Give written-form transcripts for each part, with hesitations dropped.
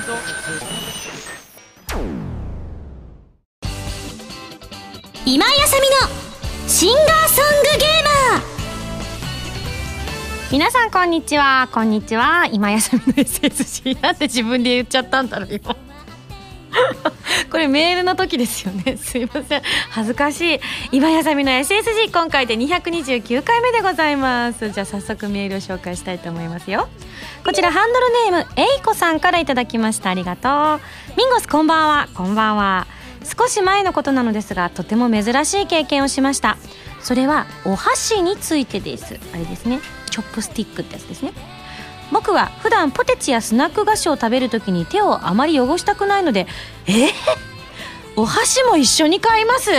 今井あさみのシンガーソングゲーマー。皆さんこんにちは。こんにちは。今井あさみの SSG なんで自分で言っちゃったんだろう今これメールの時ですよね。すいません、恥ずかしい。今井あさみの SSG 今回で229回目でございます。じゃあ早速メールを紹介したいと思いますよ。こちらハンドルネームえいこさんからいただきました。ありがとう。ミンゴスこんばんは。こんばんは。少し前のことなのですが、とても珍しい経験をしました。それはお箸についてです。あれですね、チョップスティックってやつですね。僕は普段ポテチやスナック菓子を食べるときに手をあまり汚したくないので、お箸も一緒に買います。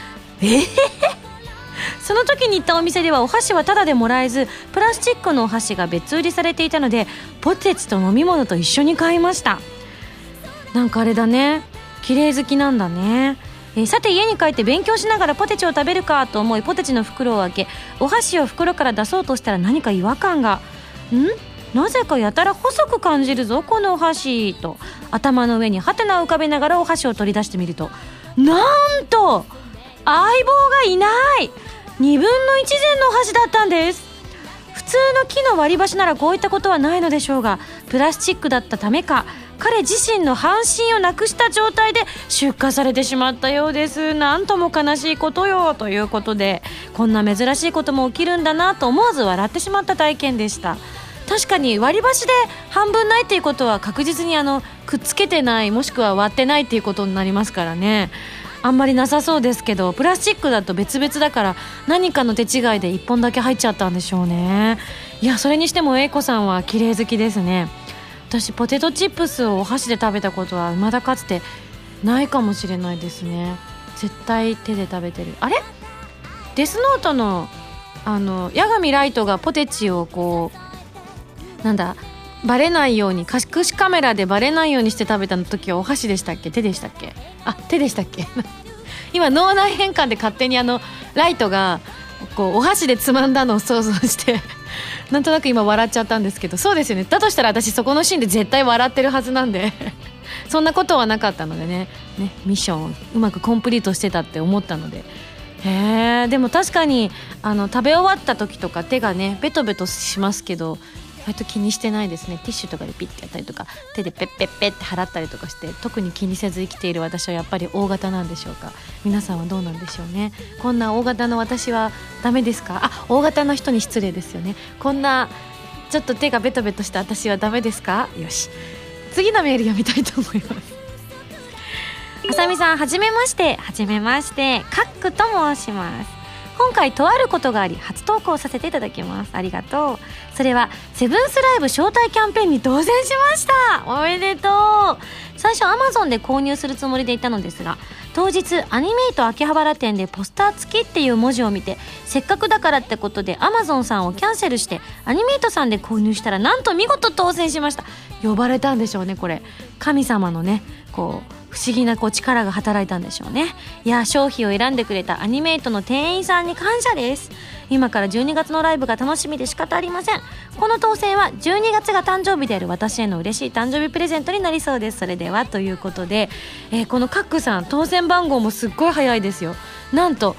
その時に行ったお店ではお箸はタダでもらえず、プラスチックのお箸が別売りされていたので、ポテチと飲み物と一緒に買いました。なんかあれだね、綺麗好きなんだね。さて家に帰って勉強しながらポテチを食べるかと思い、ポテチの袋を開けお箸を袋から出そうとしたら、何か違和感が。なぜかやたら細く感じるぞこのお箸と頭の上にハテナを浮かべながらお箸を取り出してみると、なんと相棒がいない2分の1膳のお箸だったんです。普通の木の割り箸ならこういったことはないのでしょうが、プラスチックだったためか彼自身の半身をなくした状態で出荷されてしまったようです。なんとも悲しいことよ。ということで、こんな珍しいことも起きるんだなと思わず笑ってしまった体験でした。確かに割り箸で半分ないっていうことは確実にくっつけてない、もしくは割ってないっていうことになりますからね。あんまりなさそうですけど、プラスチックだと別々だから何かの手違いで1本だけ入っちゃったんでしょうね。いや、それにしてもA子さんは綺麗好きですね。私ポテトチップスをお箸で食べたことは未だかつてないかもしれないですね。絶対手で食べてる。あれデスノートの八神ライトがポテチをこうなんだバレないように、隠しカメラでバレないようにして食べた時はお箸でしたっけ、手でしたっけ。手でしたっけ今脳内変換で勝手にライトがこうお箸でつまんだのを想像してなんとなく今笑っちゃったんですけど、そうですよね。だとしたら私そこのシーンで絶対笑ってるはずなんでそんなことはなかったのでね、ミッションをうまくコンプリートしてたって思ったので。でも確かに食べ終わった時とか手がねベトベトしますけど、割と気にしてないですね。ティッシュとかでピッてやったりとか、手でペッペッペッって払ったりとかして、特に気にせず生きている私はやっぱり大型なんでしょうか。皆さんはどうなんでしょうね。こんな大型の私はダメですか。大型の人に失礼ですよね。こんなちょっと手がベトベトした私はダメですか。よし、次のメール読みたいと思います。あさみさん、はじめまして。はじめまして、カックと申します。今回とあることがあり初投稿させていただきます。ありがとう。それはセブンスライブ招待キャンペーンに当選しました。おめでとう。最初 Amazon で購入するつもりでいたのですが、当日アニメイト秋葉原店でポスター付きっていう文字を見て、せっかくだからってことで Amazon さんをキャンセルしてアニメイトさんで購入したら、なんと見事当選しました。呼ばれたんでしょうね。これ神様のねこう不思議な力が働いたんでしょうね。いや、商品を選んでくれたアニメイトの店員さんに感謝です。今から12月のライブが楽しみで仕方ありません。この当選は12月が誕生日である私への嬉しい誕生日プレゼントになりそうです。それではということで、このカックさん当選番号もすっごい早いですよ。なんと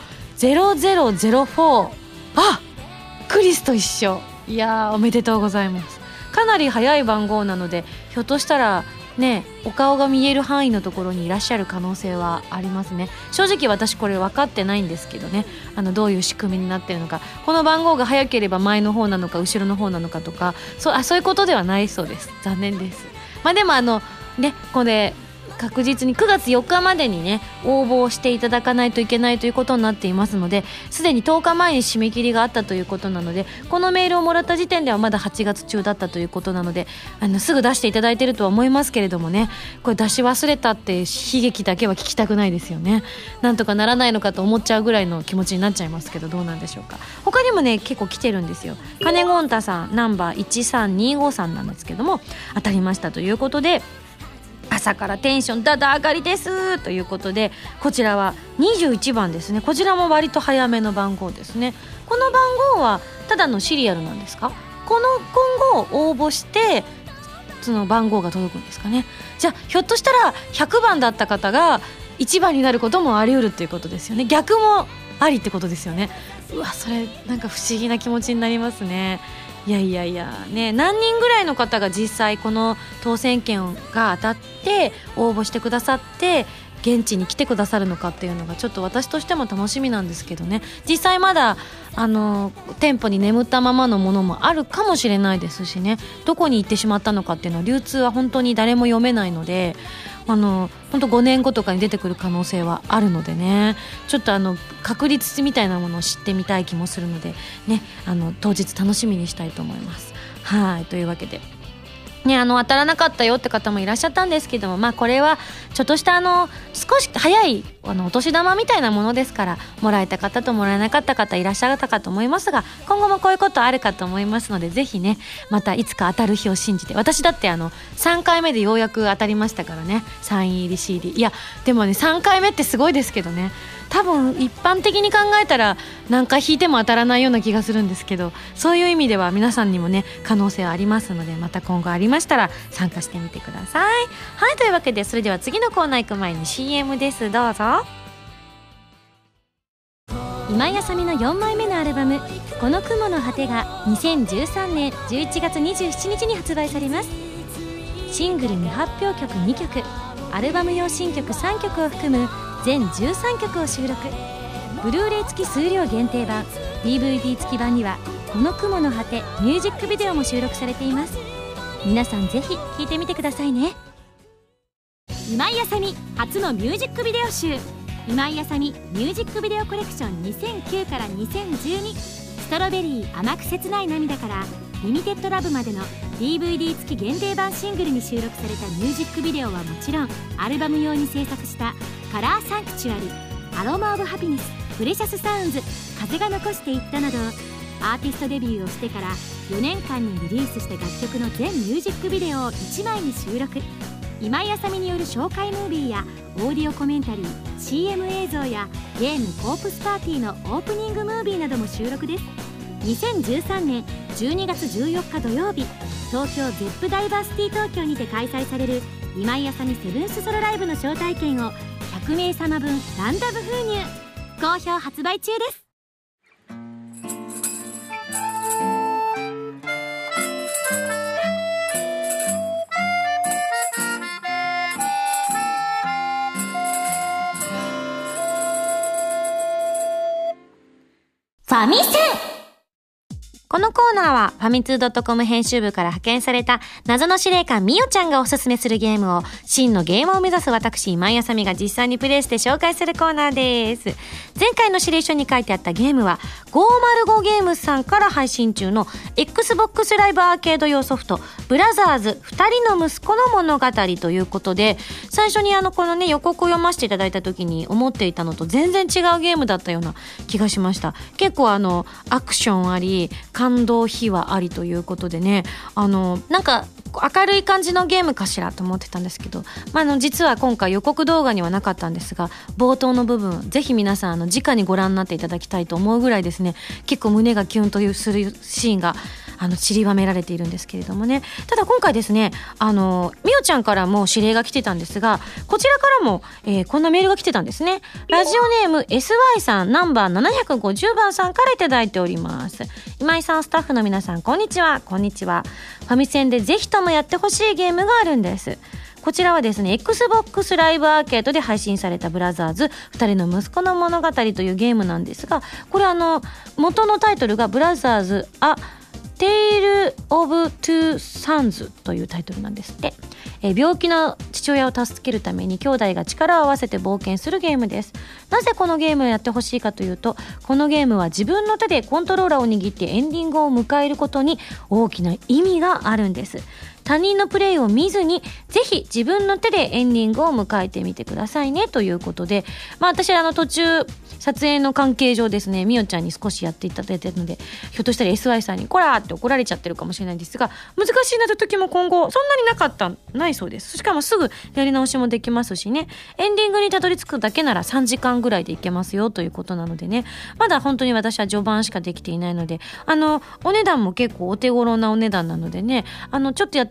0004。クリスと一緒。いやー、おめでとうございます。かなり早い番号なので、ひょっとしたらね、お顔が見える範囲のところにいらっしゃる可能性はありますね。正直私これ分かってないんですけどね、どういう仕組みになってるのか、この番号が早ければ前の方なのか後ろの方なのかとか、そういうことではないそうです。残念です。でもこれ確実に9月4日までにね応募していただかないといけないということになっていますので、すでに10日前に締め切りがあったということなので、このメールをもらった時点ではまだ8月中だったということなので、すぐ出していただいているとは思いますけれどもね、これ出し忘れたって悲劇だけは聞きたくないですよね。なんとかならないのかと思っちゃうぐらいの気持ちになっちゃいますけど、どうなんでしょうか。他にもね結構来てるんですよ。金ゴンタさんナンバー1325さんなんですけども、当たりましたということで、朝からテンションだだ上がりですということで、こちらは21番ですね。こちらも割と早めの番号ですね。この番号はただのシリアルなんですか。この今後応募してその番号が届くんですかね。じゃあひょっとしたら100番だった方が1番になることもあり得るっていうことですよね。逆もありってことですよね。うわ、それなんか不思議な気持ちになりますね。いやいやいやね、何人ぐらいの方が実際この当選券が当たって応募してくださって現地に来てくださるのかっていうのがちょっと私としても楽しみなんですけどね。実際まだ店舗に眠ったままのものもあるかもしれないですしね、どこに行ってしまったのかっていうのは流通は本当に誰も読めないので、本当5年後とかに出てくる可能性はあるのでね、ちょっと確率みたいなものを知ってみたい気もするのでね、当日楽しみにしたいと思います。はい、というわけでね、当たらなかったよって方もいらっしゃったんですけども、これはちょっとした少し早いお年玉みたいなものですから、もらえた方ともらえなかった方いらっしゃったかと思いますが、今後もこういうことあるかと思いますので、ぜひねまたいつか当たる日を信じて。私だって3回目でようやく当たりましたからね、サイン入り CD。 いやでもね、3回目ってすごいですけどね、多分一般的に考えたら何回引いても当たらないような気がするんですけど、そういう意味では皆さんにもね可能性はありますので、また今後ありましたら参加してみてください。はい、というわけでそれでは次のコーナー行く前に CM です。どうぞ。今井あさみの4枚目のアルバム「この雲の果て」が2013年11月27日に発売されます。シングル未発表曲2曲、アルバム用新曲3曲を含む全13曲を収録。ブルーレイ付き数量限定版、 DVD 付き版には「この雲の果て」ミュージックビデオも収録されています。皆さんぜひ聴いてみてくださいね。今井あさみ初のミュージックビデオ集、今井あさみミュージックビデオコレクション2009から2012、ストロベリー甘く切ない涙からリミテッドラブまでの DVD 付き限定版シングルに収録されたミュージックビデオはもちろん、アルバム用に制作したカラーサンクチュアリ、アロマオブハピネス、プレシャスサウンズ、風が残していったなど、アーティストデビューをしてから4年間にリリースした楽曲の全ミュージックビデオを1枚に収録。今井あさみによる紹介ムービーやオーディオコメンタリー、 CM 映像やゲームコープスパーティーのオープニングムービーなども収録です。2013年12月14日土曜日、東京ゼップダイバーシティ東京にて開催される今井あさみセブンスソロライブの招待券を100名様分ランダム封入。好評発売中です。ファミセン。このコーナーはファミツー .com 編集部から派遣された謎の司令官みおちゃんがおすすめするゲームを真のゲームを目指す私今井あさみが実際にプレイして紹介するコーナーです。前回の指令書に書いてあったゲームは505ゲームズさんから配信中の Xbox ライブアーケード用ソフトブラザーズ二人の息子の物語ということで、最初にこのね予告を読ませていただいた時に思っていたのと全然違うゲームだったような気がしました。結構アクションあり感動秘話ありということでね、なんか明るい感じのゲームかしらと思ってたんですけど、実は今回予告動画にはなかったんですが、冒頭の部分ぜひ皆さん直にご覧になっていただきたいと思うぐらいですね、結構胸がキュンとするシーンが散りばめられているんですけれどもね。ただ今回ですね、みおちゃんからも指令が来てたんですが、こちらからも、こんなメールが来てたんですね。ラジオネーム SY さんナンバー750番さんからいただいております。今井さん、スタッフの皆さん、こんにちは。こんにちは。ファミセンでぜひともやってほしいゲームがあるんです。こちらはですね Xbox ライブアーケードで配信されたブラザーズ二人の息子の物語というゲームなんですが、これ元のタイトルがブラザーズTale of Two Sons というタイトルなんですって。病気の父親を助けるために兄弟が力を合わせて冒険するゲームです。なぜこのゲームをやってほしいかというと、このゲームは自分の手でコントローラーを握ってエンディングを迎えることに大きな意味があるんです。他人のプレイを見ずにぜひ自分の手でエンディングを迎えてみてくださいねということで、私途中撮影の関係上ですね、みおちゃんに少しやっていただいているので、ひょっとしたら SY さんにこらーって怒られちゃってるかもしれないんですが、難しいなという時も今後そんなにないそうです。しかもすぐやり直しもできますしね、エンディングにたどり着くだけなら3時間ぐらいでいけますよということなのでね、まだ本当に私は序盤しかできていないので、お値段も結構お手頃なお値段なのでね、ちょっとやって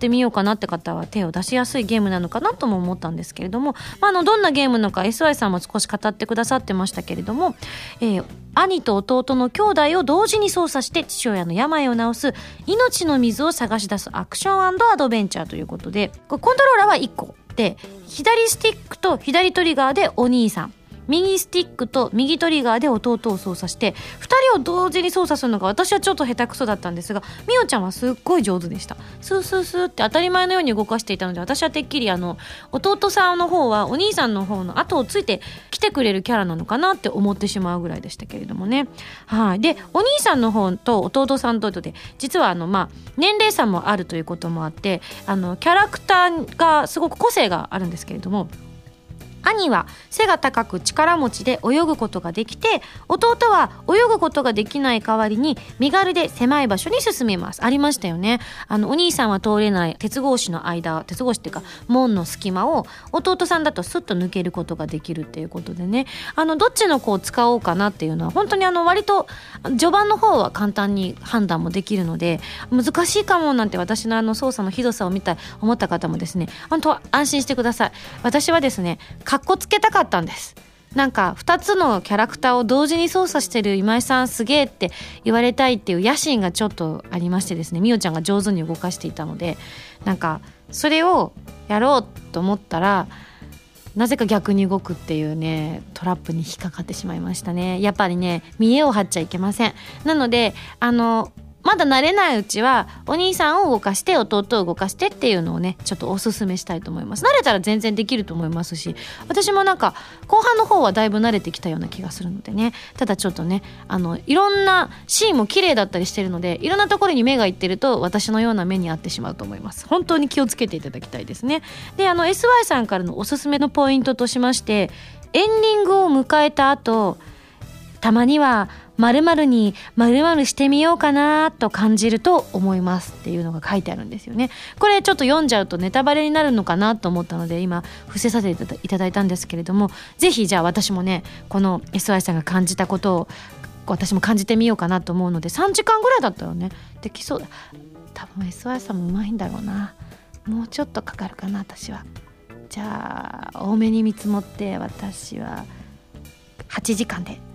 ってみようかなって方は手を出しやすいゲームなのかなとも思ったんですけれども、どんなゲームなのか SY さんも少し語ってくださってましたけれども、兄と弟の兄弟を同時に操作して父親の病を治す命の水を探し出すアクション&アドベンチャーということで、コントローラーは1個で、左スティックと左トリガーでお兄さん、右スティックと右トリガーで弟を操作して、2人を同時に操作するのが私はちょっと下手くそだったんですが、みおちゃんはすっごい上手でした。スースースーって当たり前のように動かしていたので、私はてっきり弟さんの方はお兄さんの方の後をついて来てくれるキャラなのかなって思ってしまうぐらいでしたけれどもね。はい。で、お兄さんの方と弟さんとで、実は年齢差もあるということもあって、キャラクターがすごく個性があるんですけれども、兄は背が高く力持ちで泳ぐことができて、弟は泳ぐことができない代わりに身軽で狭い場所に進めます。ありましたよね。お兄さんは通れない鉄格子の間、鉄格子っていうか門の隙間を弟さんだとスッと抜けることができるっていうことでね、どっちの子を使おうかなっていうのは本当に割と序盤の方は簡単に判断もできるので、難しいかもなんて私の操作のひどさを思った方もですね、本当安心してください。私はですね、かっこつけたかったんです。なんか2つのキャラクターを同時に操作してる今井さんすげーって言われたいっていう野心がちょっとありましてですね、みおちゃんが上手に動かしていたので、なんかそれをやろうと思ったらなぜか逆に動くっていうね、トラップに引っかかってしまいましたね。やっぱりね、見栄を張っちゃいけません。なのでまだ慣れないうちはお兄さんを動かして弟を動かしてっていうのをね、ちょっとおすすめしたいと思います。慣れたら全然できると思いますし、私もなんか後半の方はだいぶ慣れてきたような気がするのでね。ただちょっとね、いろんなシーンも綺麗だったりしてるので、いろんなところに目がいってると私のような目に遭ってしまうと思います。本当に気をつけていただきたいですね。で、SY さんからのおすすめのポイントとしまして、エンディングを迎えた後、たまには〇〇に〇〇してみようかなと感じると思いますっていうのが書いてあるんですよね。これちょっと読んじゃうとネタバレになるのかなと思ったので今伏せさせていただいたんですけれども、ぜひじゃあ私もね、この SY さんが感じたことを私も感じてみようかなと思うので、3時間ぐらいだったらねできそうだ。多分 SY さんもうまいんだろうな。もうちょっとかかるかな私は。じゃあ多めに見積もって私は8時間で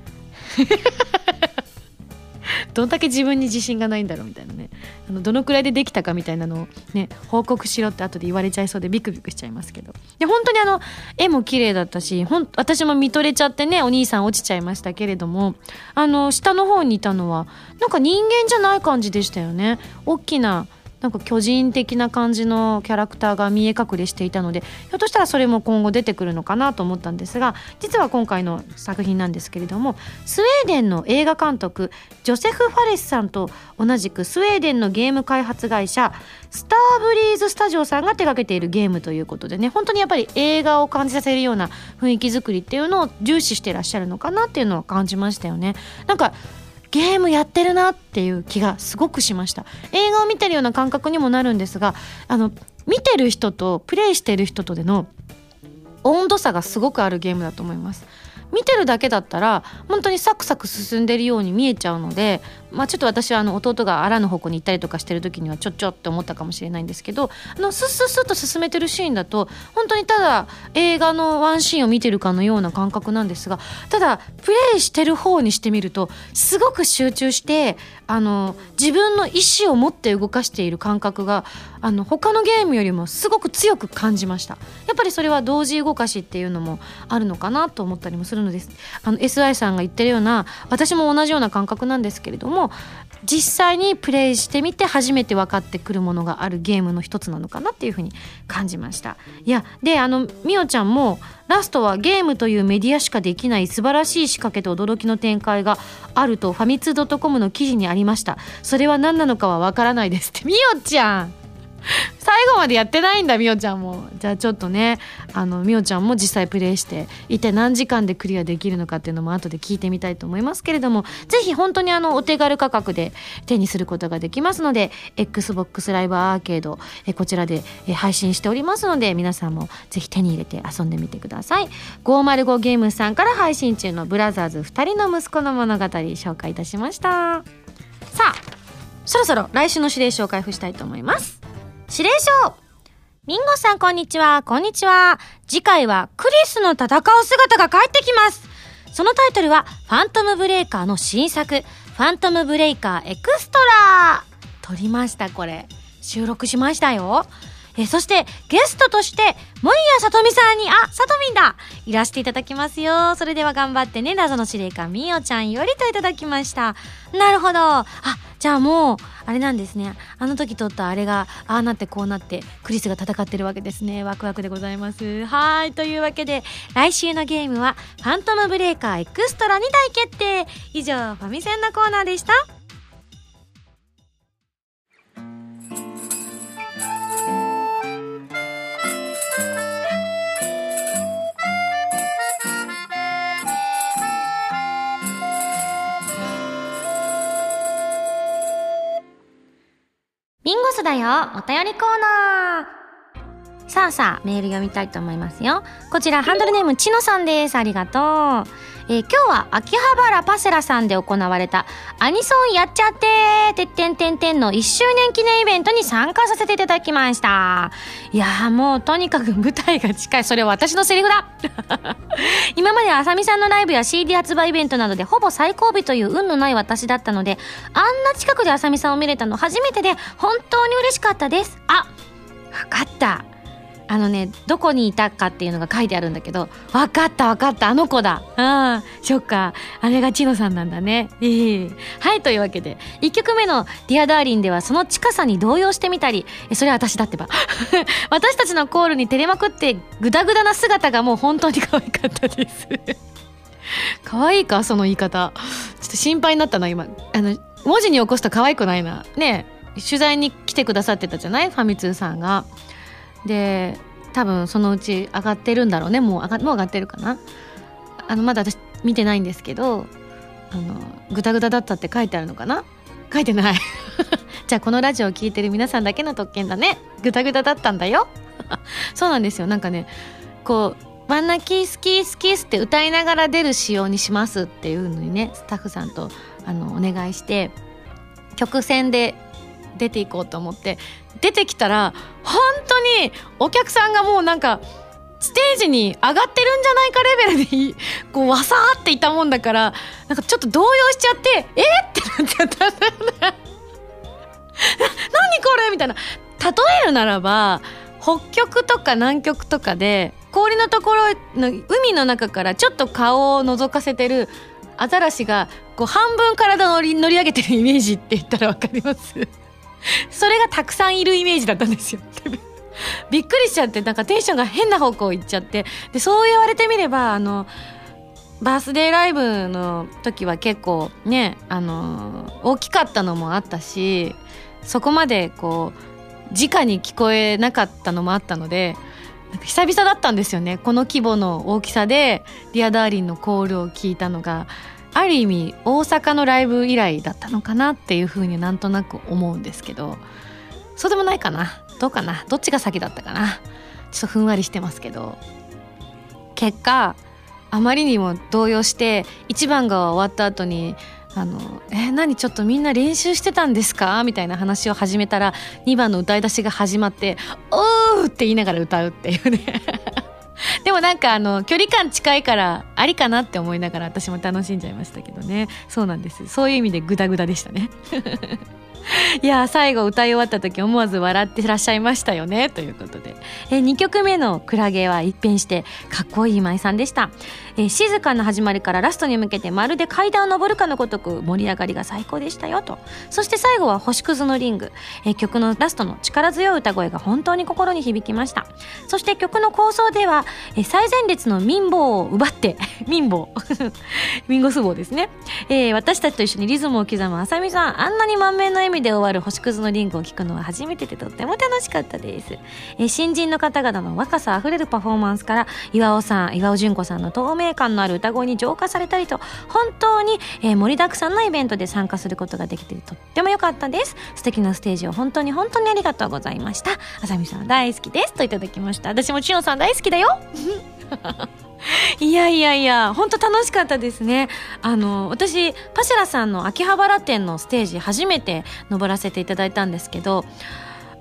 どんだけ自分に自信がないんだろうみたいなね、どのくらいでできたかみたいなのをね報告しろって後で言われちゃいそうでビクビクしちゃいますけど、で本当に絵も綺麗だったし、私も見とれちゃってね、お兄さん落ちちゃいましたけれども、下の方にいたのはなんか人間じゃない感じでしたよね。大きななんか巨人的な感じのキャラクターが見え隠れしていたので、ひょっとしたらそれも今後出てくるのかなと思ったんですが、実は今回の作品なんですけれども、スウェーデンの映画監督ジョセフ・ファレスさんと同じくスウェーデンのゲーム開発会社スターブリーズスタジオさんが手掛けているゲームということでね、本当にやっぱり映画を感じさせるような雰囲気作りっていうのを重視してらっしゃるのかなっていうのを感じましたよね。なんかゲームやってるなっていう気がすごくしました。映画を見てるような感覚にもなるんですが、見てる人とプレイしてる人とでの温度差がすごくあるゲームだと思います。見てるだけだったら本当にサクサク進んでるように見えちゃうので、ちょっと私は弟があらぬ方向に行ったりとかしてる時にはちょって思ったかもしれないんですけど、スッスッスッと進めてるシーンだと本当にただ映画のワンシーンを見てるかのような感覚なんですが、ただプレイしてる方にしてみるとすごく集中して自分の意思を持って動かしている感覚が他のゲームよりもすごく強く感じました。やっぱりそれは同時動かしっていうのもあるのかなと思ったりもするのです。SI さんが言ってるような、私も同じような感覚なんですけれども、実際にプレイしてみて初めて分かってくるものがあるゲームの一つなのかなっていうふうに感じました。いやでみおちゃんもラストはゲームというメディアしかできない素晴らしい仕掛けと驚きの展開があるとファミツー .com の記事にありました。それは何なのかは分からないですって。みおちゃん最後までやってないんだみおちゃんも。じゃあちょっとねみおちゃんも実際プレイして一体何時間でクリアできるのかっていうのも後で聞いてみたいと思いますけれども、ぜひ本当にお手軽価格で手にすることができますので XBOX ライブアーケードこちらで配信しておりますので、皆さんもぜひ手に入れて遊んでみてください。505ゲームさんから配信中のブラザーズ2人の息子の物語紹介いたしました。さあそろそろ来週の指令書を開封したいと思います。 指令書。ミンゴさんこんにちは。こんにちは。次回はクリスの戦う姿が帰ってきます。そのタイトルはファントムブレイカーの新作、ファントムブレイカーエクストラ。撮りました。これ収録しましたよ。そしてゲストとして森谷さとみさんにさとみんだいらしていただきますよ。それでは頑張ってね。謎の司令官みおちゃんよりといただきました。なるほど。じゃあもうあれなんですね。あの時撮ったあれがなってこうなってクリスが戦ってるわけですね。ワクワクでございます。はい、というわけで来週のゲームはファントムブレイカーエクストラに大決定。以上ファミセンのコーナーでした。ミンゴスだよお便りコーナー。さあメール読みたいと思いますよ。こちらハンドルネームちのさんです。ありがとう。今日は秋葉原パセラさんで行われたアニソンやっちゃっての1周年記念イベントに参加させていただきました。いやーもうとにかく舞台が近い。それは私のセリフだ今まであさみさんのライブや CD 発売イベントなどでほぼ最後尾という運のない私だったので、あんな近くであさみさんを見れたの初めてで本当に嬉しかったです。わかった。どこにいたかっていうのが書いてあるんだけど、わかったあの子だ。そっか、あれがチノさんなんだね。はい、というわけで1曲目のディアダーリンではその近さに動揺してみたり、それは私だってば私たちのコールに照れまくってグダグダな姿がもう本当に可愛かったです可愛いかその言い方、ちょっと心配になったな今。文字に起こすと可愛くないなね。取材に来てくださってたじゃない、ファミ通さんが。で多分そのうち上がってるんだろうね。もう上がってるかな。まだ私見てないんですけど、グダグダだったって書いてあるのかな。書いてないじゃあこのラジオを聞いてる皆さんだけの特権だね。グダグダだったんだよそうなんですよ。なんかね、こうバンナキスキスキスって歌いながら出る仕様にしますっていうのにね、スタッフさんとお願いして曲線で出ていこうと思って出てきたら、本当にお客さんがもうなんかステージに上がってるんじゃないかレベルでこうわさーっていたもんだから、なんかちょっと動揺しちゃってってなっちゃったんだよね何これみたいな。例えるならば北極とか南極とかで氷のところの海の中からちょっと顔を覗かせてるアザラシがこう半分体乗り上げてるイメージって言ったらわかりますそれがたくさんいるイメージだったんですよびっくりしちゃって、なんかテンションが変な方向行っちゃって、でそう言われてみればバースデーライブの時は結構ね大きかったのもあったし、そこまでこう直に聞こえなかったのもあったので、なんか久々だったんですよね。この規模の大きさでディアダーリンのコールを聞いたのがある意味大阪のライブ以来だったのかなっていう風になんとなく思うんですけど、そうでもないかな。どうかな。どっちが先だったかな。ちょっとふんわりしてますけど、結果あまりにも動揺して1番が終わった後に何ちょっとみんな練習してたんですかみたいな話を始めたら、2番の歌い出しが始まっておーって言いながら歌うっていうねでもなんか距離感近いからありかなって思いながら私も楽しんじゃいましたけどね。そうなんです。そういう意味でグダグダでしたねいや最後歌い終わった時思わず笑ってらっしゃいましたよねということで、2曲目のクラゲは一変してかっこいい今井さんでした。静かな始まりからラストに向けてまるで階段を登るかのごとく盛り上がりが最高でしたよと。そして最後は星屑のリング、曲のラストの力強い歌声が本当に心に響きました。そして曲の構想では、最前列の民房を奪って民房ミンゴス棒ですね、私たちと一緒にリズムを刻むあさみさん、あんなに満面の笑みで終わる星屑のリングを聴くのは初めてでとっても楽しかったです。新人の方々の若さあふれるパフォーマンスから岩尾純子さんの透明感のある歌声に浄化されたりと、本当に、盛りだくさんのイベントで参加することができてとっても良かったです。素敵なステージを本当にありがとうございました。あさみさん大好きですといただきました。私もちのさん大好きだよいや本当楽しかったですね。私パシラさんの秋葉原店のステージ初めて登らせていただいたんですけど、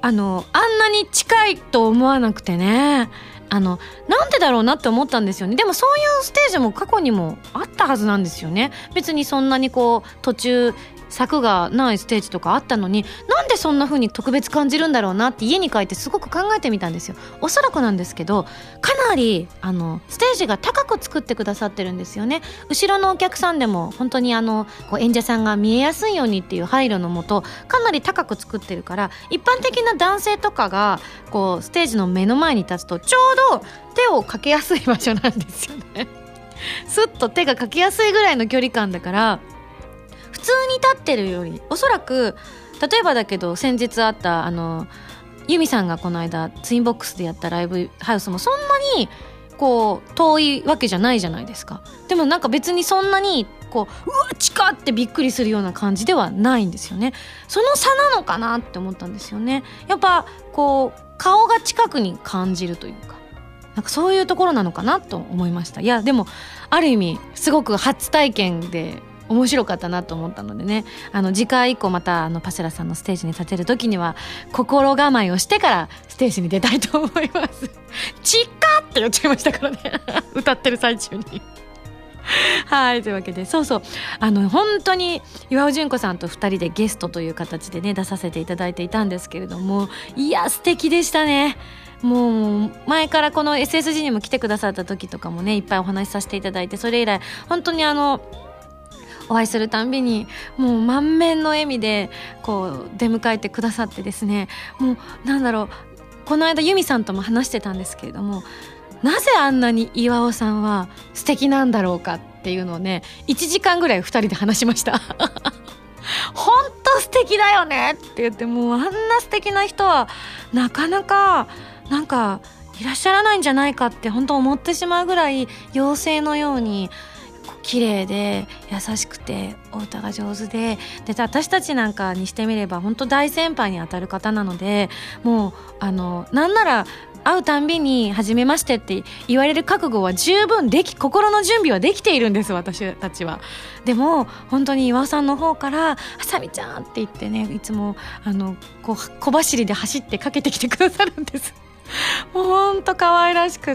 あんなに近いと思わなくてね、なんでだろうなって思ったんですよね。でもそういうステージも過去にもあったはずなんですよね。別にそんなにこう途中柵がないステージとかあったのに、なんでそんな風に特別感じるんだろうなって家に帰ってすごく考えてみたんですよ。おそらくなんですけど、かなりステージが高く作ってくださってるんですよね。後ろのお客さんでも本当にこう演者さんが見えやすいようにっていう配慮のもとかなり高く作ってるから、一般的な男性とかがこうステージの目の前に立つとちょうど手をかけやすい場所なんですよね。スッと手がかけやすいぐらいの距離感だから、普通に立ってるよりおそらく、例えばだけど先日あったユミさんがこの間ツインボックスでやったライブハウスもそんなにこう遠いわけじゃないじゃないですか。でもなんか別にそんなにこううわ近ってびっくりするような感じではないんですよね。その差なのかなって思ったんですよね。やっぱこう顔が近くに感じるというか、なんかそういうところなのかなと思いました。いやでもある意味すごく初体験で面白かったなと思ったのでね、次回以降またパセラさんのステージに立てる時には心構えをしてからステージに出たいと思います。チッカって言っちゃいましたからね歌ってる最中にはい、というわけで本当に岩尾純子さんと2人でゲストという形でね出させていただいていたんですけれども、いや素敵でしたね。もう前からこの SSG にも来てくださった時とかもねいっぱいお話しさせていただいて、それ以来本当にお会いするたんびにもう満面の笑みでこう出迎えてくださってですね、もうなんだろう、この間ユミさんとも話してたんですけれども、なぜあんなに岩尾さんは素敵なんだろうかっていうのをね1時間ぐらい2人で話しました本当素敵だよねって言って、もうあんな素敵な人はなかなかなんかいらっしゃらないんじゃないかって本当思ってしまうぐらい妖精のように綺麗で優しくてお歌が上手で、私たちなんかにしてみれば本当大先輩にあたる方なので、もうなんなら会うたんびに初めましてって言われる覚悟は十分心の準備はできているんです、私たちは。でも本当に岩尾さんの方からあさみちゃんって言ってね、いつもこう小走りで走ってかけてきてくださるんですもうほんと可愛らしくって、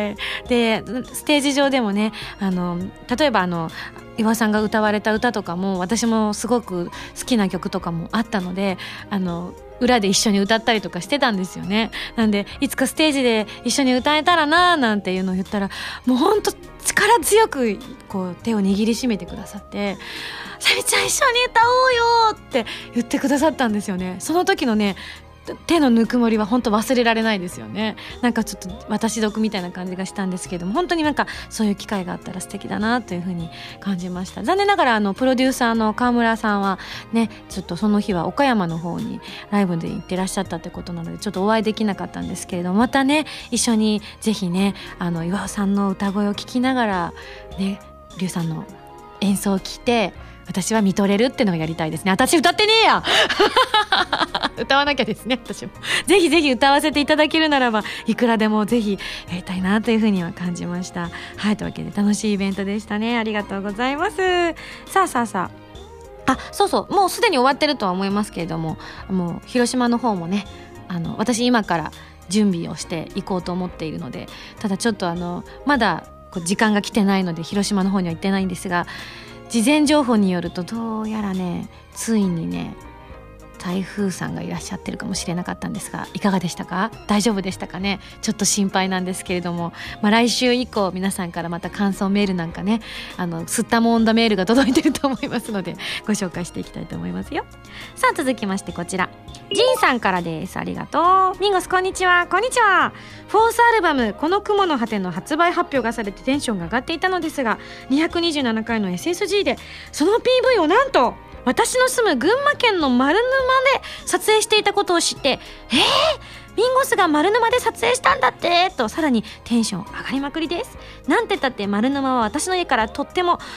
でステージ上でもね例えば岩尾さんが歌われた歌とかも私もすごく好きな曲とかもあったので裏で一緒に歌ったりとかしてたんですよね。なんでいつかステージで一緒に歌えたらななんていうのを言ったら、もうほんと力強くこう手を握りしめてくださって、さみちゃん一緒に歌おうよって言ってくださったんですよね。その時のね手のぬくもりは本当忘れられないですよね。なんかちょっと私得みたいな感じがしたんですけども、本当になんかそういう機会があったら素敵だなというふうに感じました。残念ながらプロデューサーの川村さんはねちょっとその日は岡山の方にライブで行ってらっしゃったってことなのでちょっとお会いできなかったんですけれども、またね一緒にぜひね岩尾さんの歌声を聞きながらね龍さんの演奏を聞いて私は見とれるってのがやりたいですね。私歌ってねえや歌わなきゃですね。私もぜひぜひ歌わせていただけるならばいくらでもぜひやりたいなというふうには感じました。はい、というわけで楽しいイベントでしたね。ありがとうございます。さあそうそう、もうすでに終わってるとは思いますけれども、もう広島の方もね私今から準備をしていこうと思っているので、ただちょっとまだ時間が来てないので広島の方には行ってないんですが、事前情報によるとどうやらねついにね台風さんがいらっしゃってるかもしれなかったんですが、いかがでしたか？大丈夫でしたかね？ちょっと心配なんですけれども、来週以降皆さんからまた感想メールなんかね吸ったもんだメールが届いてると思いますのでご紹介していきたいと思いますよ。さあ続きましてこちらジンさんからです。ありがとう。ミンゴスこんにちは。こんにちは。フォースアルバムこの雲の果ての発売発表がされてテンションが上がっていたのですが、227回の SSG でその PV をなんと私の住む群馬県の丸沼で撮影していたことを知って、ミンゴスが丸沼で撮影したんだってとさらにテンション上がりまくりです。なんてったって丸沼は私の家からとっても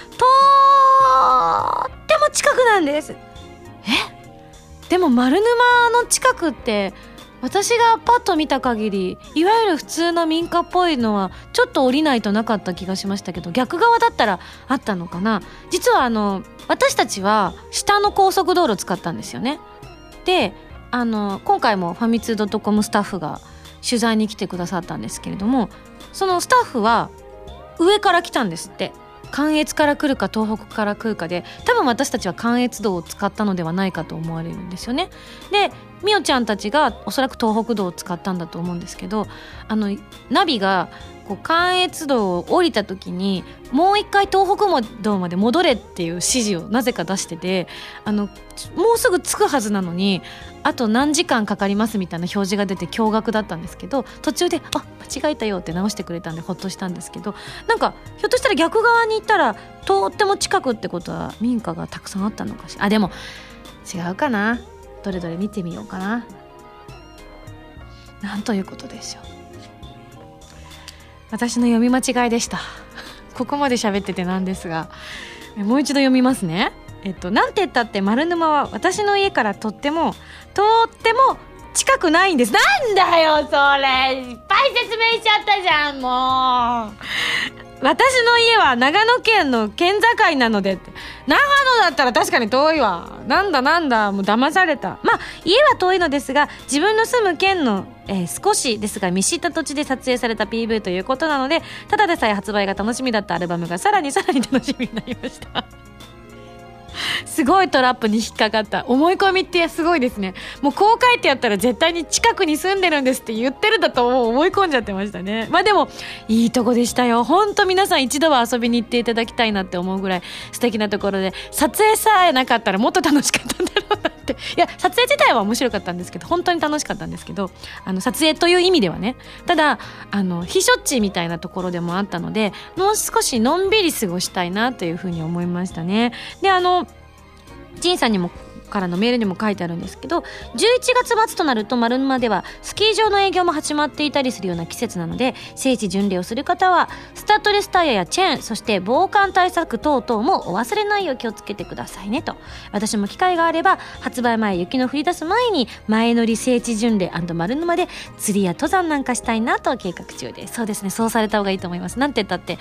近くなんです。でも丸沼の近くって私がパッと見た限りいわゆる普通の民家っぽいのはちょっと降りないとなかった気がしましたけど、逆側だったらあったのかな。実は私たちは下の高速道路を使ったんですよね。で今回もファミツー .com スタッフが取材に来てくださったんですけれども、そのスタッフは上から来たんですって。関越から来るか東北から来るかで、多分私たちは関越道を使ったのではないかと思われるんですよね。でみおちゃんたちがおそらく東北道を使ったんだと思うんですけど、ナビがこう関越道を降りた時にもう一回東北道まで戻れっていう指示をなぜか出してて、もうすぐ着くはずなのにあと何時間かかりますみたいな表示が出て驚愕だったんですけど、途中で間違えたよって直してくれたんでほっとしたんですけど、なんかひょっとしたら逆側に行ったらとっても近くってことは民家がたくさんあったのかしら。でも違うかな。どれどれ見てみようかな。なんということでしょう。私の読み間違いでしたここまで喋っててなんですが、もう一度読みますね。なんて言ったって丸沼は私の家からとっても近くないんです。なんだよそれ、いっぱい説明しちゃったじゃん。もう私の家は長野県の県境なのでって。長野だったら確かに遠いわ。なんだもう騙された。まあ家は遠いのですが自分の住む県の、少しですが見知った土地で撮影された PV ということなので、ただでさえ発売が楽しみだったアルバムがさらに楽しみになりましたすごいトラップに引っかかった。思い込みってすごいですね。もうこう書いてあったら絶対に近くに住んでるんですって言ってるんだともう思い込んじゃってましたね。まあでもいいとこでしたよ。本当皆さん一度は遊びに行っていただきたいなって思うぐらい素敵なところで、撮影さえなかったらもっと楽しかったんだろうなって。いや撮影自体は面白かったんですけど、本当に楽しかったんですけど、撮影という意味ではね。ただ避暑地みたいなところでもあったので、もう少しのんびり過ごしたいなというふうに思いましたね。でジンさんにもからのメールにも書いてあるんですけど、11月末となると丸沼ではスキー場の営業も始まっていたりするような季節なので、聖地巡礼をする方はスタッドレスタイヤやチェーン、そして防寒対策等々もお忘れないよう気をつけてくださいねと。私も機会があれば発売前、雪の降り出す前に前乗り聖地巡礼&丸沼で釣りや登山なんかしたいなと計画中です。そうですね、そうされた方がいいと思います。なんて言ったって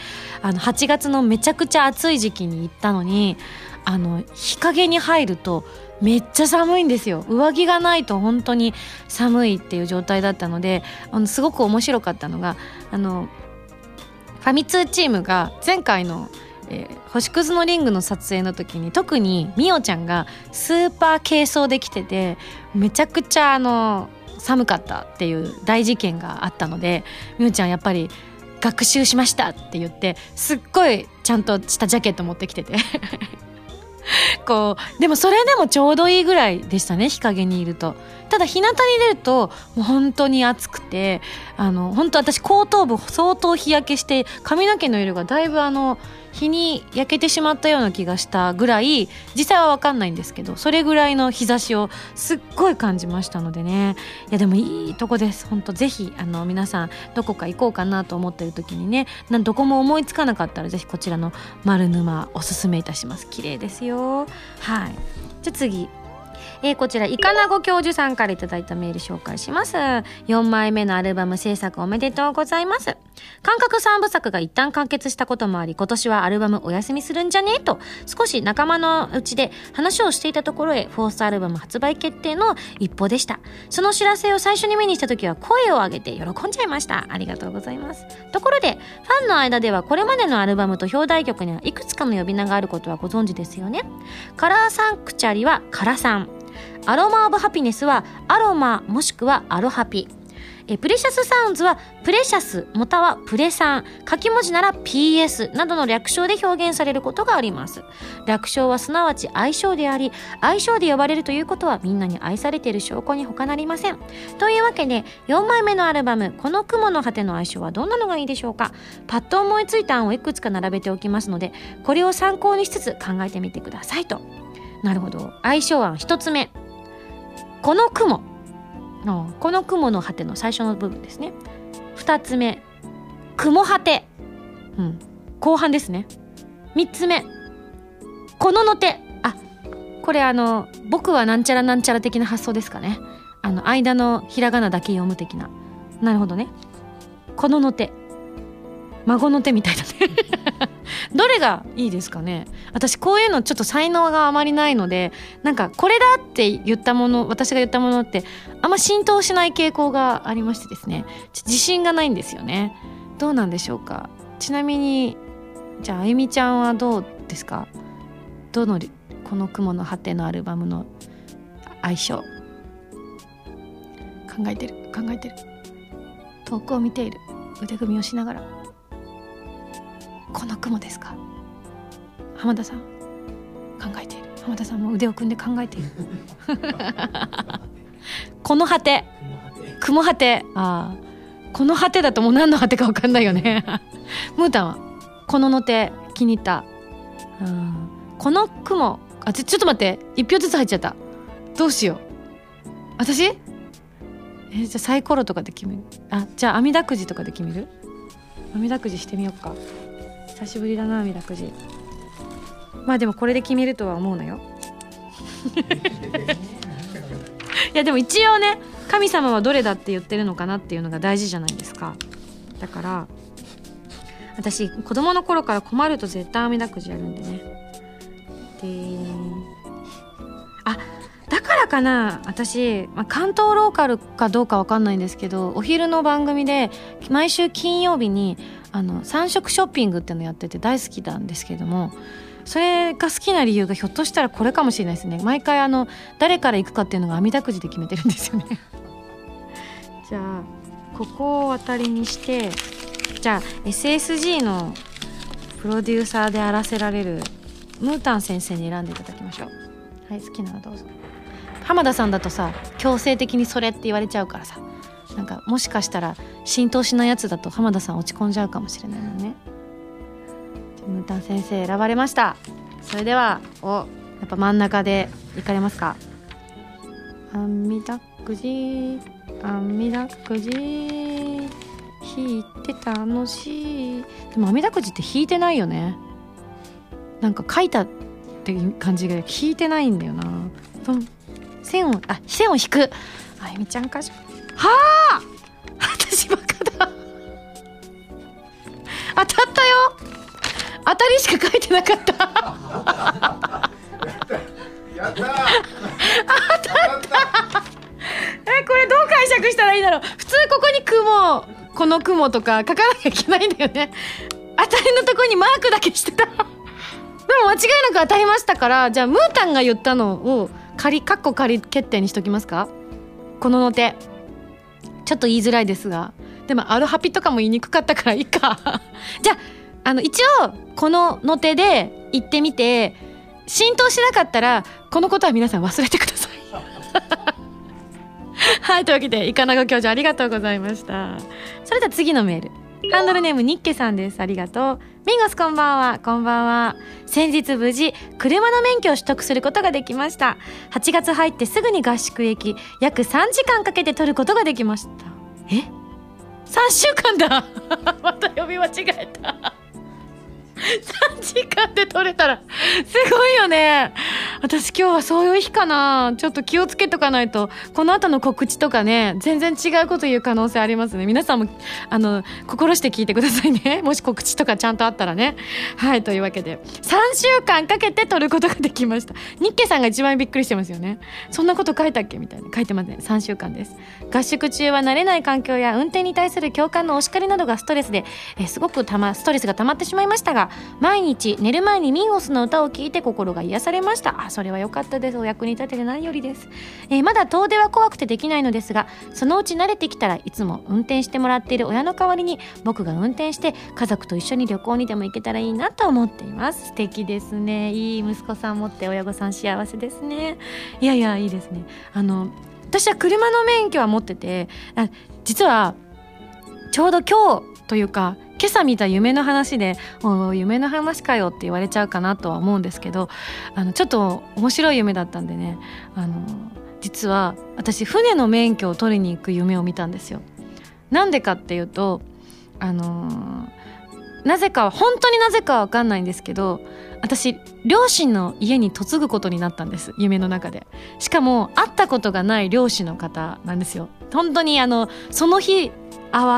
8月のめちゃくちゃ暑い時期に行ったのに、日陰に入るとめっちゃ寒いんですよ。上着がないと本当に寒いっていう状態だったので、すごく面白かったのがファミ通チームが前回の、星屑のリングの撮影の時に特にみおちゃんがスーパー軽装で来てて、めちゃくちゃ寒かったっていう大事件があったので、みおちゃんやっぱり学習しましたって言ってすっごいちゃんとしたジャケット持ってきててでもそれでもちょうどいいぐらいでしたね、日陰にいると。ただ日向に出るともう本当に暑くて、本当私後頭部相当日焼けして髪の毛の色がだいぶ日に焼けてしまったような気がしたぐらい、実際は分かんないんですけどそれぐらいの日差しをすっごい感じましたのでね。いやでもいいとこです。本当ぜひ皆さんどこか行こうかなと思ってる時にね、どこも思いつかなかったらぜひこちらの丸沼おすすめいたします。綺麗ですよ。はい、じゃあ次、こちらイカナゴ教授さんからいただいたメール紹介します。4枚目のアルバム制作おめでとうございます。感覚3部作が一旦完結したこともあり、今年はアルバムお休みするんじゃねと少し仲間のうちで話をしていたところへ、フォースアルバム発売決定の一歩でした。その知らせを最初に目にした時は声を上げて喜んじゃいました。ありがとうございます。ところでファンの間ではこれまでのアルバムと表題曲にはいくつかの呼び名があることはご存知ですよね。カラーサンクチャリはカラサン、アロマオブハピネスはアロマもしくはアロハピ、プレシャスサウンズはプレシャスまたはプレサン、書き文字なら PS などの略称で表現されることがあります。略称はすなわち愛称であり、愛称で呼ばれるということはみんなに愛されている証拠に他なりません。というわけで4枚目のアルバムこの雲の果ての愛称はどんなのがいいでしょうか。パッと思いついた案をいくつか並べておきますので、これを参考にしつつ考えてみてくださいと。なるほど。愛称案1つ目、この雲、この雲の果ての最初の部分ですね。2つ目、雲果て、後半ですね。3つ目、こののて、これ僕はなんちゃらなんちゃら的な発想ですかね。間のひらがなだけ読む的な。なるほどね。こののて、孫の手みたいだねどれがいいですかね。私こういうのちょっと才能があまりないので、なんかこれだって言ったもの、私が言ったものってあんま浸透しない傾向がありましてですね、自信がないんですよね。どうなんでしょうか。ちなみにじゃああゆみちゃんはどうですか。この雲の果てのアルバムの相性。考えてる遠くを見ている、腕組みをしながら、この雲ですか。浜田さん考えている。浜田さんも腕を組んで考えているこの果て、雲果て、この果てだともう何の果てか分かんないよねムータンはこののて気に入った。この雲、ちょっと待って、1票ずつ入っちゃった。どうしよう。私じゃあサイコロとかで決める。じゃあ網だくじとかで決める。網だくじしてみようか。久しぶりだな、網だくじ。まあでもこれで決めるとは思うなよいやでも一応ね、神様はどれだって言ってるのかなっていうのが大事じゃないですか。だから私子供の頃から困ると絶対網だくじやるんでね。だからかな、私、関東ローカルかどうか分かんないんですけど、お昼の番組で毎週金曜日に3色ショッピングっていうのやってて大好きなんですけども、それが好きな理由がひょっとしたらこれかもしれないですね。毎回誰から行くかっていうのが網だくじで決めてるんですよねじゃあここを当たりにして、じゃあ SSG のプロデューサーであらせられるムータン先生に選んでいただきましょう。はい、好きなのどうぞ。浜田さんだとさ、強制的にそれって言われちゃうからさ、なんかもしかしたら浸透しないやつだと浜田さん落ち込んじゃうかもしれないもんね。ムータン先生選ばれました。それではやっぱ真ん中で行かれますか。網だくじ引いて楽しい。でも網だくじって引いてないよね。なんか書いたっていう感じが引いてないんだよな。線を引く。あゆみちゃんかしはあ私バカだ当たったよ。当たりしか書いてなかったやった当たったこれどう解釈したらいいだろう。普通ここにこの雲とか書かなきゃいけないんだよね。当たりのとこにマークだけしてたでも間違いなく当たりましたから、じゃあムータンが言ったのをカッコ仮決定にしときますか。こののてちょっと言いづらいですが、でもアルハピとかも言いにくかったからいいかじゃあ一応こののてで言ってみて、浸透しなかったらこのことは皆さん忘れてくださいはい、というわけでイカナゴ教授ありがとうございました。それでは次のメール、ハンドルネームニッケさんです。ありがとう。ミンゴスこんばんは。こんばんは。先日無事車の免許を取得することができました。8月入ってすぐに合宿へ行き、約3時間かけて取ることができました。3週間だまた呼び間違えた3時間で取れたらすごいよね。私今日はそういう日かな。ちょっと気をつけとかないと、この後の告知とかね、全然違うこと言う可能性ありますね。皆さんも心して聞いてくださいね、もし告知とかちゃんとあったらね。はい、というわけで3週間かけて取ることができました。ニッケさんが一番びっくりしてますよね。そんなこと書いたっけみたいな。書いてますね。3週間です。合宿中は慣れない環境や運転に対する教官のお叱りなどがストレスで、すごくストレスが溜まってしまいましたが、毎日寝る前にミンゴスの歌を聴いて心が癒されました。それは良かったです。お役に立てて何よりです。まだ遠出は怖くてできないのですが、そのうち慣れてきたらいつも運転してもらっている親の代わりに僕が運転して家族と一緒に旅行にでも行けたらいいなと思っています。素敵ですね。いい息子さん持って親御さん幸せですね。いやいいですね。私は車の免許は持ってて、実はちょうど今日というか今朝見た夢の話で、夢の話かよって言われちゃうかなとは思うんですけど、ちょっと面白い夢だったんでね、実は私船の免許を取りに行く夢を見たんですよ。なんでかっていうと、なぜか本当になぜかは分かんないんですけど、私両親の家に嫁ぐことになったんです、夢の中で。しかも会ったことがない両親の方なんですよ。本当にその日会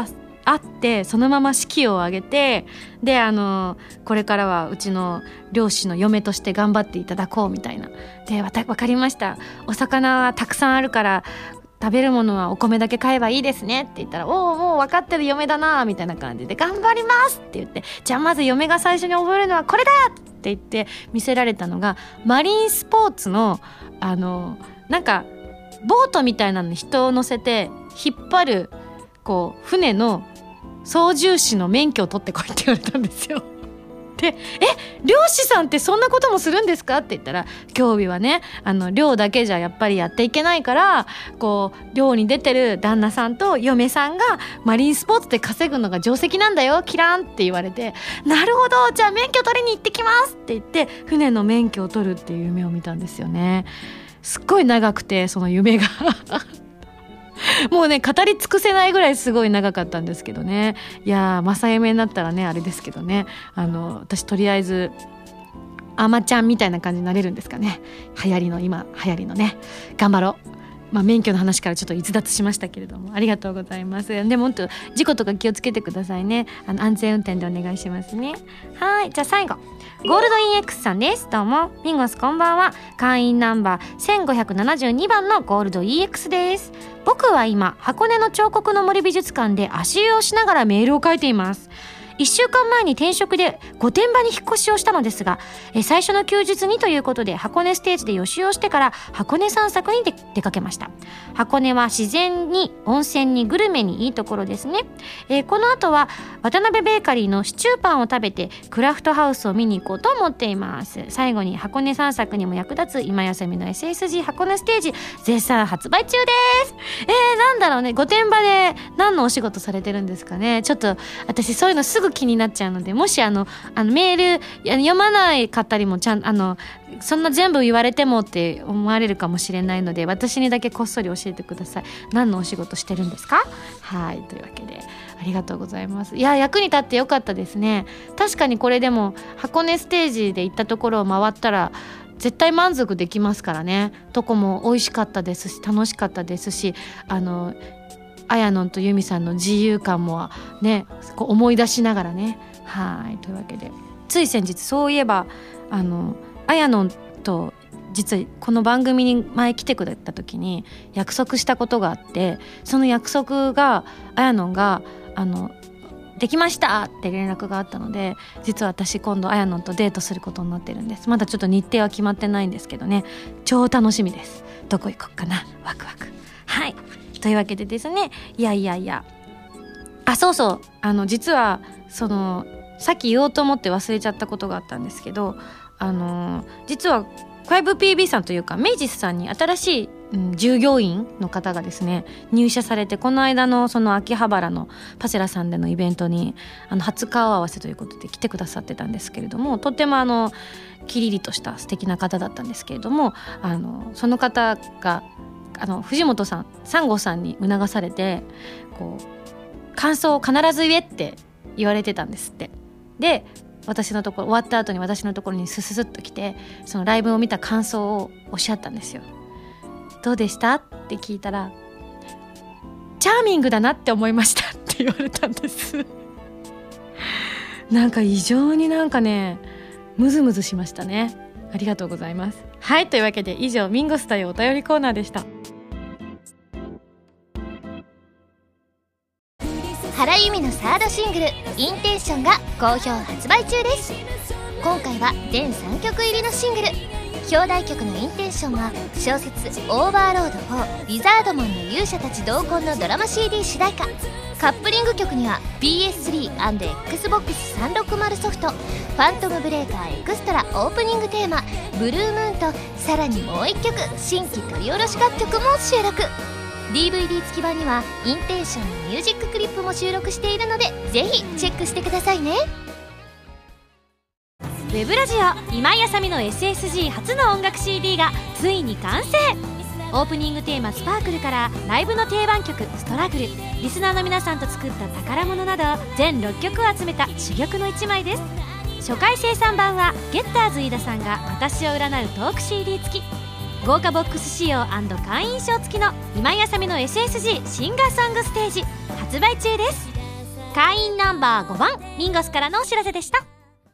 会ってそのまま式を挙げて、でこれからはうちの漁師の嫁として頑張っていただこうみたいな。でわかりました、お魚はたくさんあるから食べるものはお米だけ買えばいいですねって言ったら、おおもう分かってる嫁だなみたいな感じで、頑張りますって言って、じゃあまず嫁が最初に覚えるのはこれだって言って見せられたのが、マリンスポーツのなんかボートみたいなのに人を乗せて引っ張るこう船の操縦士の免許を取ってこいって言われたんですよ。で漁師さんってそんなこともするんですかって言ったら、競技はね漁だけじゃやっぱりやっていけないから、こう漁に出てる旦那さんと嫁さんがマリンスポーツで稼ぐのが定石なんだよキランって言われて、なるほどじゃあ免許取りに行ってきますって言って船の免許を取るっていう夢を見たんですよね。すっごい長くてその夢がもうね語り尽くせないぐらいすごい長かったんですけどね。いや正夢になったらねあれですけどね、私とりあえずアマちゃんみたいな感じになれるんですかね。今流行りのね頑張ろう。免許の話からちょっと逸脱しましたけれども、ありがとうございます。でも本当事故とか気をつけてくださいね。安全運転でお願いしますね。はい、じゃあ最後ゴールドイン X さんです。どうもミンゴスこんばんは。会員ナンバー1572番のゴールド EX です。僕は今箱根の彫刻の森美術館で足湯をしながらメールを書いています。1週間前に転職で御殿場に引っ越しをしたのですが、最初の休日にということで箱根ステージで予習をしてから箱根散策に出かけました。箱根は自然に温泉にグルメにいいところですね。この後は渡辺ベーカリーのシチューパンを食べてクラフトハウスを見に行こうと思っています。最後に箱根散策にも役立つ今休みの SSG 箱根ステージ絶賛発売中です。なんだろうね、御殿場で何のお仕事されてるんですかね。ちょっと私そういうのすぐ気になっちゃうので、もしメール読まない方にもそんな全部言われてもって思われるかもしれないので、私にだけこっそり教えてください。何のお仕事してるんですか？はい、というわけでありがとうございます。いや役に立ってよかったですね。確かにこれでも箱根ステージで行ったところを回ったら絶対満足できますからね。どこも美味しかったですし楽しかったですし、あやのんとゆみさんの自由感もねこう思い出しながらね。はい、というわけでつい先日そういえばあやのんと実はこの番組に前来てくれた時に約束したことがあって、その約束があやのんができましたって連絡があったので、実は私今度あやのんとデートすることになってるんです。まだちょっと日程は決まってないんですけどね、超楽しみです。どこ行こっかな、ワクワク。はい、というわけでですね、そうそう実はさっき言おうと思って忘れちゃったことがあったんですけど、実は 5PB さんというかメイジスさんに新しい、従業員の方がですね入社されて、この間のその秋葉原のパセラさんでのイベントに初顔合わせということで来てくださってたんですけれども、とてもキリリとした素敵な方だったんですけれども、その方が藤本さん3号さんに促されてこう感想を必ず言えって言われてたんですって。で私のところ終わった後に私のところにススッと来て、そのライブを見た感想をおっしゃったんですよ。どうでしたって聞いたら、チャーミングだなって思いましたって言われたんですなんか異常にムズムズしましたね。ありがとうございます。はい、というわけで以上ミンゴスというお便りコーナーでした。 原由美のサードシングル「インテンション」が好評発売中です。今回は全3曲入りのシングル。表題曲の「インテンション」は小説「オーバーロード4ウィザードマンの勇者たち同梱」のドラマ CD 主題歌。カップリング曲には PS3&Xbox360 ソフト「ファントムブレーカーエクストラ」オープニングテーマ「ブルームーン」と、さらにもう1曲新規取り下ろし楽曲も収録。 DVD 付き版にはインテンションのミュージッククリップも収録しているので、ぜひチェックしてくださいね。 ウェブラジオ今井あさみの SSG 初の音楽 CD がついに完成。オープニングテーマ「スパークル」からライブの定番曲「ストラグル」、リスナーの皆さんと作った宝物など全6曲を集めた珠玉の1枚です。初回生産版はゲッターズ飯田さんが私を占うトーク CD 付き、豪華ボックス仕様&会員証付きの今井あさみの SSG シンガーソングステージ発売中です。 会員ナンバー5番ミンゴスからのお知らせでした。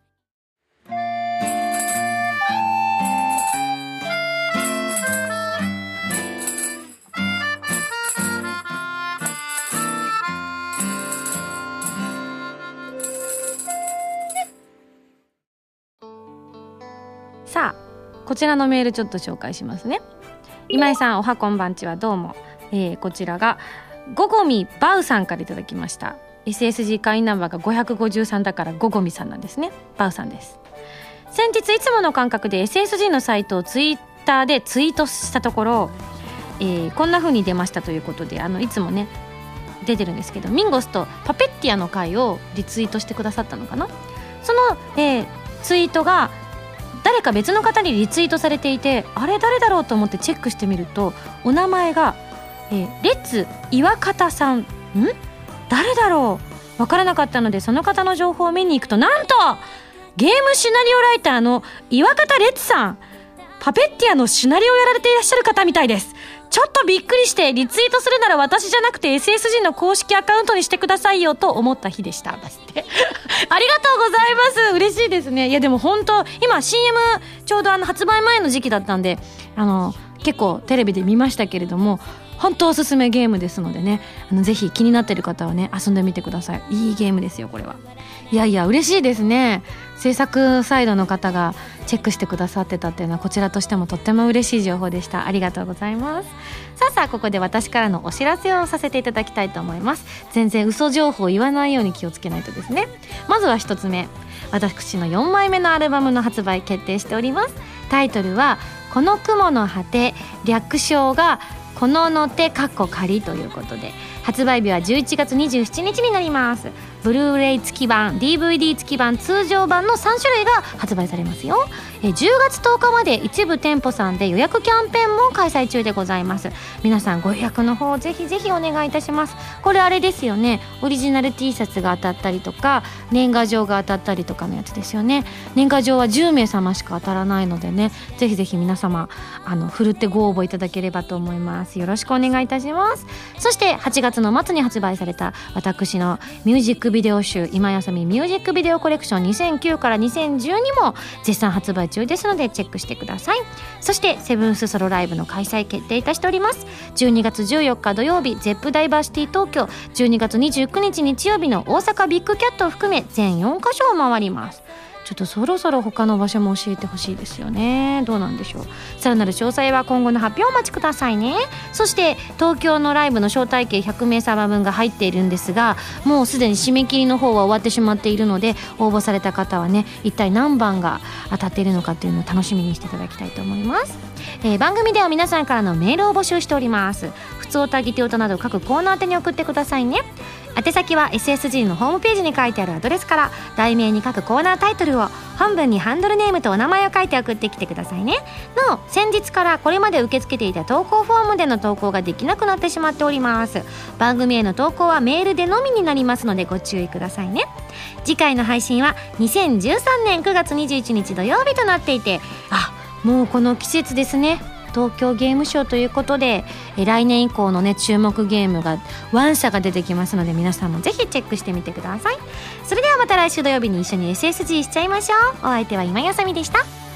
さあこちらのメールちょっと紹介しますね。今井さんおはこんばんちはどうも、こちらがゴゴミバウさんからいただきました。 SSG 会員ナンバーが553だからゴゴミさんなんですね。バウさんです。先日いつもの感覚で SSG のサイトをツイッターでツイートしたところ、こんな風に出ましたということで、いつもね出てるんですけど、ミンゴスとパペッティアの回をリツイートしてくださったのかな。その、ツイートが誰か別の方にリツイートされていて、あれ誰だろうと思ってチェックしてみると、お名前が、レッツ岩方さん。誰だろう、わからなかったのでその方の情報を見に行くと、なんとゲームシナリオライターの岩方レッツさん、パペッティアのシナリオをやられていらっしゃる方みたいです。ちょっとびっくりして、リツイートするなら私じゃなくて SSG の公式アカウントにしてくださいよと思った日でしたってありがとうございます。嬉しいですね。いやでも本当今 CM ちょうど発売前の時期だったんで、結構テレビで見ましたけれども、本当おすすめゲームですのでね、ぜひ気になってる方はね遊んでみてください。いいゲームですよこれは。いやいや嬉しいですね。制作サイドの方がチェックしてくださってたっていうのはこちらとしてもとっても嬉しい情報でした。ありがとうございます。さあここで私からのお知らせをさせていただきたいと思います。全然嘘情報を言わないように気をつけないとですね。まずは一つ目、私の4枚目のアルバムの発売決定しております。タイトルはこの雲の果て、略称がこのの手かっこ仮ということで、発売日は11月27日になります。ブルーレイ付き版、 DVD 付き版、通常版の3種類が発売されますよ。10月10日まで一部店舗さんで予約キャンペーンも開催中でございます。皆さんご予約の方ぜひぜひお願いいたします。これあれですよね、オリジナル T シャツが当たったりとか年賀状が当たったりとかのやつですよね。年賀状は10名様しか当たらないのでね、ぜひぜひ皆様ふるってご応募いただければと思います。よろしくお願いいたします。そして8月の末に発売された私のミュージックビデオ集、今やさみミュージックビデオコレクション2009から2012も絶賛発売中ですのでチェックしてください。そしてセブンスソロライブの開催決定いたしております。12月14日土曜日 ZEP ダイバーシティ東京、12月29日日曜日の大阪ビッグキャットを含め全4カ所を回ります。ちょっとそろそろ他の場所も教えてほしいですよね。どうなんでしょう。さらなる詳細は今後の発表をお待ちくださいね。そして東京のライブの招待券100名様分が入っているんですが、もうすでに締め切りの方は終わってしまっているので、応募された方はね一体何番が当たっているのかというのを楽しみにしていただきたいと思います。番組では皆さんからのメールを募集しております。ふつおたぎておたなど各コーナー宛てに送ってくださいね。宛先は SSG のホームページに書いてあるアドレスから、題名に各コーナータイトルを、本文にハンドルネームとお名前を書いて送ってきてくださいね。なお先日からこれまで受け付けていた投稿フォームでの投稿ができなくなってしまっております。番組への投稿はメールでのみになりますのでご注意くださいね。次回の配信は2013年9月21日土曜日となっていて、もうこの季節ですね。東京ゲームショウということで、来年以降のね注目ゲームがワン社が出てきますので、皆さんもぜひチェックしてみてください。それではまた来週土曜日に一緒に SSG しちゃいましょう。お相手は今やさみでした。